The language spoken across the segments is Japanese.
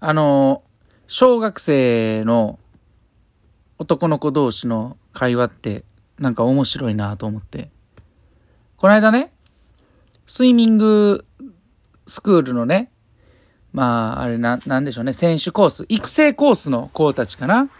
小学生の男の子同士の会話ってなんか面白いなと思って。この間ね、スイミングスクールのね、なんでしょうね、選手コース、育成コースの子たちかな。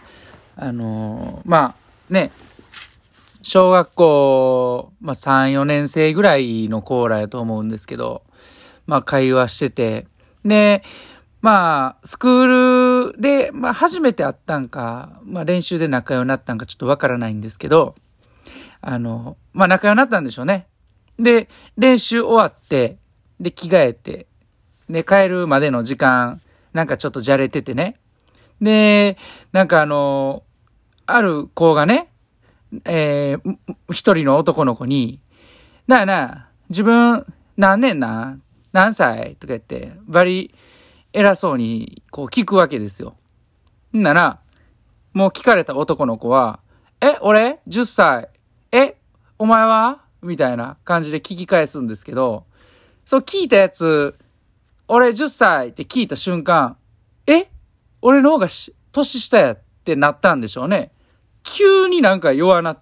小学校、3、4年生ぐらいの子らやと思うんですけど、会話してて、で、スクールで、初めて会ったんか、練習で仲良くなったんかちょっとわからないんですけど、仲良くなったんでしょうね。で、練習終わって、で、着替えて、で、帰るまでの時間、なんかちょっとじゃれててね。で、ある子がね、一人の男の子に、なあなあ、自分何年な何歳とか言って、バリ偉そうにこう聞くわけですよ。なら、もう聞かれた男の子は、俺 ?10 歳。お前はみたいな感じで聞き返すんですけど、そう聞いたやつ、俺10歳って聞いた瞬間、俺の方が年下やってなったんでしょうね。急になんか弱なって、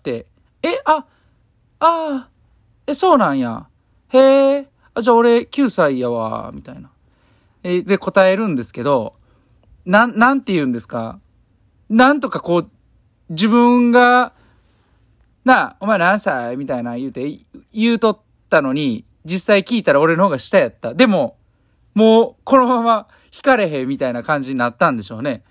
そうなんや。へえ、じゃあ俺9歳やわ、みたいな。で答えるんですけど、なんて言うんですか。なんとかこう、自分が、お前何歳みたいな言うとったのに、実際聞いたら俺の方が下やった。でも、もう、このまま惹かれへんみたいな感じになったんでしょうね。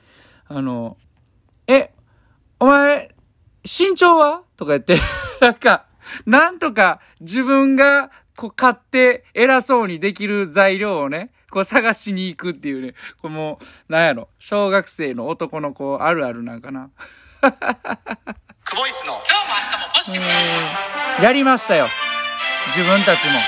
お前、身長はとか言って、なんとか自分がこう買って偉そうにできる材料をね、こう探しに行くっていうね、これもう、小学生の男の子あるあるなんかな。 クボイスの今日も明日もポジティブやりましたよ。自分たちも。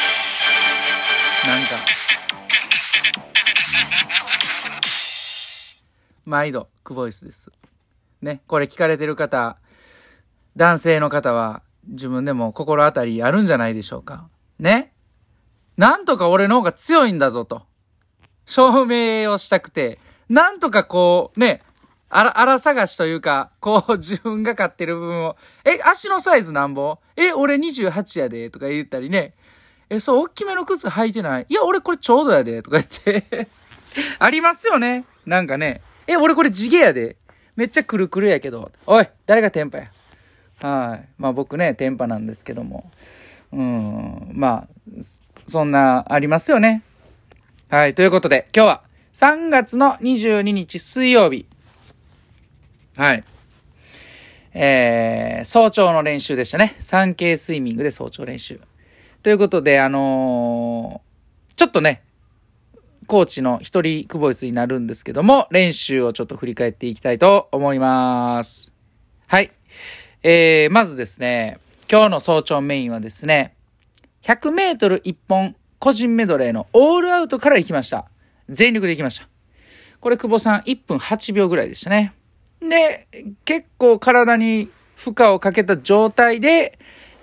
毎度、クボイスです。ね、これ聞かれてる方、男性の方は自分でも心当たりあるんじゃないでしょうか。ね。なんとか俺の方が強いんだぞと。証明をしたくて、なんとかこう、ね、荒探しというか、こう自分が買ってる部分を、足のサイズなんぼ俺28やで、とか言ったりね。大きめの靴履いてない。いや、俺これちょうどやで、とか言って。ありますよね。なんかね。俺これ地毛やで。めっちゃくるくるやけど。おい、誰がテンパや。はい。僕ね、テンパなんですけども。そんな、ありますよね。はい。ということで、今日は3月の22日水曜日。はい。早朝の練習でしたね。3K スイミングで早朝練習。ということで、ちょっとね、コーチの一人クボイスになるんですけども、練習をちょっと振り返っていきたいと思います。はい。まずですね、今日の早朝メインはですね、100メートル1本個人メドレーのオールアウトから行きました。全力で行きました。これ久保さん1分8秒ぐらいでしたね。で、結構体に負荷をかけた状態で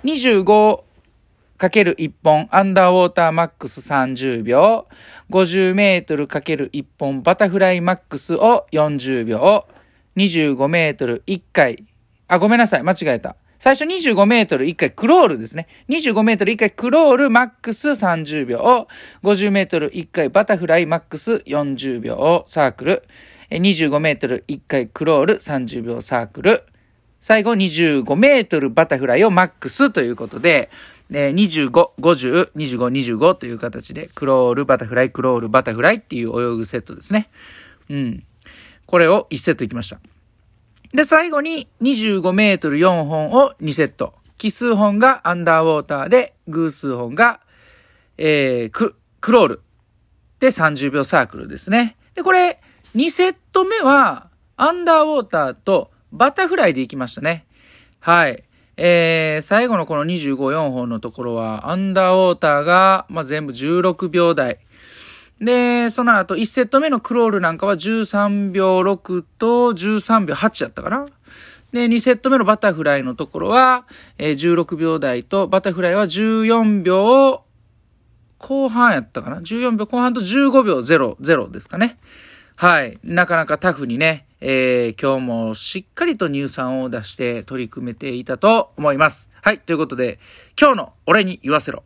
25×1 本アンダーウォーターマックス30秒、50メートル ×1 本バタフライマックスを40秒、25メートル1回、ごめんなさい、間違えた。最初25メートル1回クロールですね。25メートル1回クロールマックス30秒、50メートル1回バタフライマックス40秒サークル、25メートル1回クロール30秒サークル、最後25メートルバタフライをマックスということで、25、50、25、25という形でクロールバタフライ、クロールバタフライっていう泳ぐセットですね。これを1セットいきました。で、最後に25メートル4本を2セット。奇数本がアンダーウォーターで、偶数本が、クロール。で、30秒サークルですね。で、これ、2セット目は、アンダーウォーターとバタフライでいきましたね。はい。最後のこの25、4本のところは、アンダーウォーターが、全部16秒台。で、その後1セット目のクロールなんかは13秒6と13秒8やったかな。で、2セット目のバタフライのところは、16秒台とバタフライは14秒後半やったかな。14秒後半と15秒00ですかね。 はい。なかなかタフにね、今日もしっかりと乳酸を出して取り組めていたと思います。はい。ということで、今日の俺に言わせろ。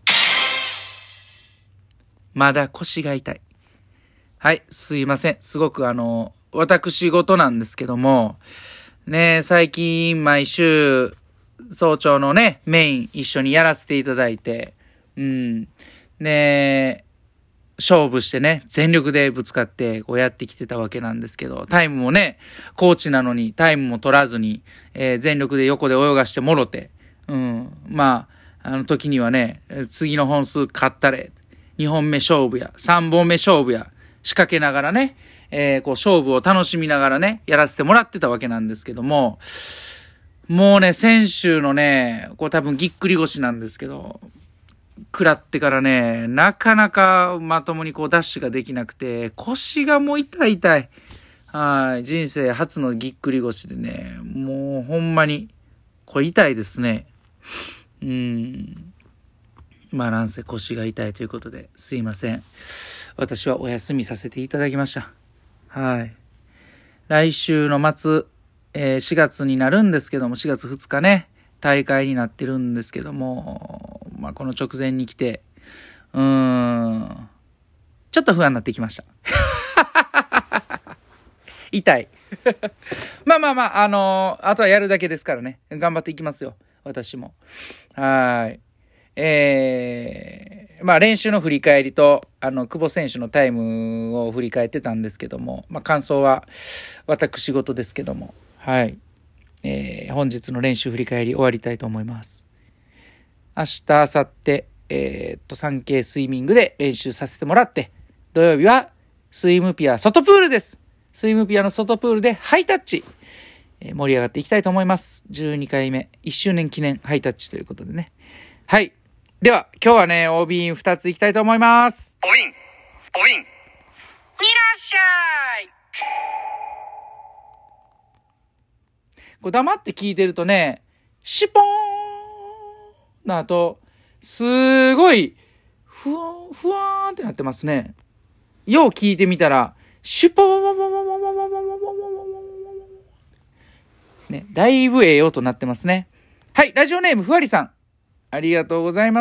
まだ腰が痛い。はい。すいません。すごく私事なんですけども、ね、最近毎週、早朝のね、メイン一緒にやらせていただいて、ね、勝負してね、全力でぶつかってこうやってきてたわけなんですけど、タイムもね、コーチなのにタイムも取らずに、全力で横で泳がしてもろて、まあ、時にはね、次の本数勝ったれ、2本目勝負や、3本目勝負や、仕掛けながらね、こう勝負を楽しみながらね、やらせてもらってたわけなんですけども、もうね、先週のね、こう多分ぎっくり腰なんですけど、食らってからね、なかなかまともにこうダッシュができなくて、腰がもう痛い。はい。人生初のぎっくり腰でね、もうほんまに、これ痛いですね。まあなんせ腰が痛いということで、すいません。私はお休みさせていただきました。はい。来週の末、4月になるんですけども、4月2日ね、大会になってるんですけども、まあこの直前に来て、ちょっと不安になってきました。痛い。まあ、あとはやるだけですからね。頑張っていきますよ。私も。はい。まあ練習の振り返りと、久保選手のタイムを振り返ってたんですけども、まあ感想は私事ですけども、はい。本日の練習振り返り終わりたいと思います。明日、明後日、3K スイミングで練習させてもらって、土曜日はスイムピア外プールです。スイムピアの外プールでハイタッチ、盛り上がっていきたいと思います。12回目、1周年記念ハイタッチということでね。はい。では、今日はね、OB2 ついきたいと思います。 おびんいらっしゃい。 こう黙って聞いてるとね、シュポーンの後、すごい、ふわーんってなってますね。よう聞いてみたら、シュポーンね、だいぶええ音なってますね。はい、ラジオネームふわりさん。ありがとうございます。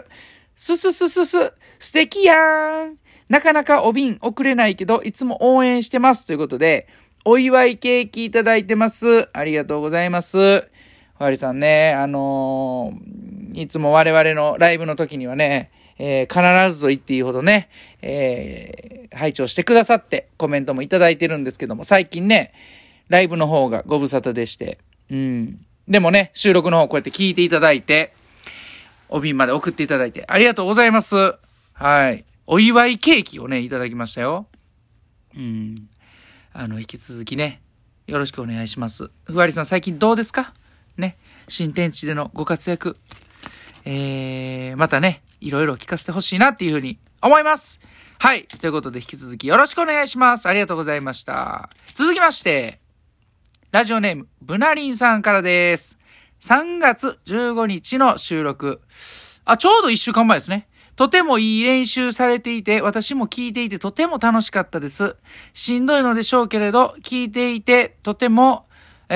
素敵やーん。なかなかお瓶送れないけど、いつも応援してます。ということで、お祝いケーキいただいてます。ありがとうございます。ふわりさんね、いつも我々のライブの時にはね、必ずと言っていいほどね、拝聴してくださってコメントもいただいてるんですけども、最近ね、ライブの方がご無沙汰でして、でもね、収録の方こうやって聞いていただいて、お瓶まで送っていただいてありがとうございます。はい。お祝いケーキをね、いただきましたよ。引き続きね、よろしくお願いします。ふわりさん最近どうですかね、新天地でのご活躍。またね、いろいろ聞かせてほしいなっていうふうに思います。はい。ということで引き続きよろしくお願いします。ありがとうございました。続きまして、ラジオネーム、ブナリンさんからです。3月15日の収録。ちょうど1週間前ですね。とてもいい練習されていて、私も聞いていてとても楽しかったです。しんどいのでしょうけれど、聞いていても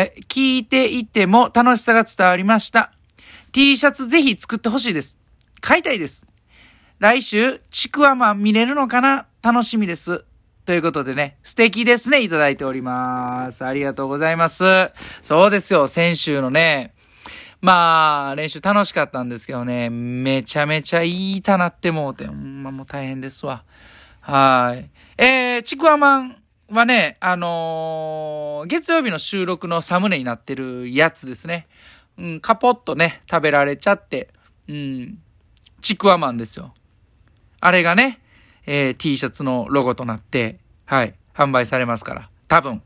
楽しさが伝わりました。T シャツぜひ作ってほしいです。買いたいです。来週、ちくわマン見れるのかな？楽しみです。ということでね、素敵ですね、いただいております。ありがとうございます。そうですよ、先週のね、まあ、練習楽しかったんですけどね、めちゃめちゃいいたなってもうて、もう大変ですわ。はい。ちくわマンはね、月曜日の収録のサムネになってるやつですね。カポッとね、食べられちゃって、ちくわマンですよ。あれがね、T シャツのロゴとなって、はい、販売されますから、多分。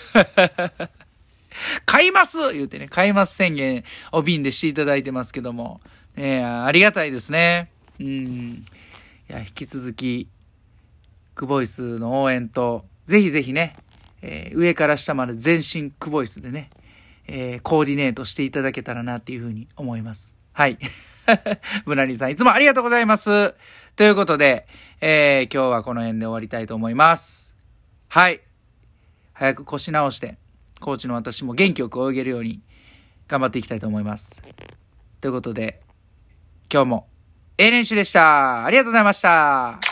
買います言うてね、買います宣言を瓶でしていただいてますけども、ありがたいですね。いや、引き続き、クボイスの応援と、ぜひぜひね、上から下まで全身クボイスでね、コーディネートしていただけたらなっていうふうに思います。はい。ブナリンさんいつもありがとうございます。ということで、今日はこの辺で終わりたいと思います。 はい。早く腰直して、コーチの私も元気よく泳げるように頑張っていきたいと思います。ということで、今日も練習でした。ありがとうございました。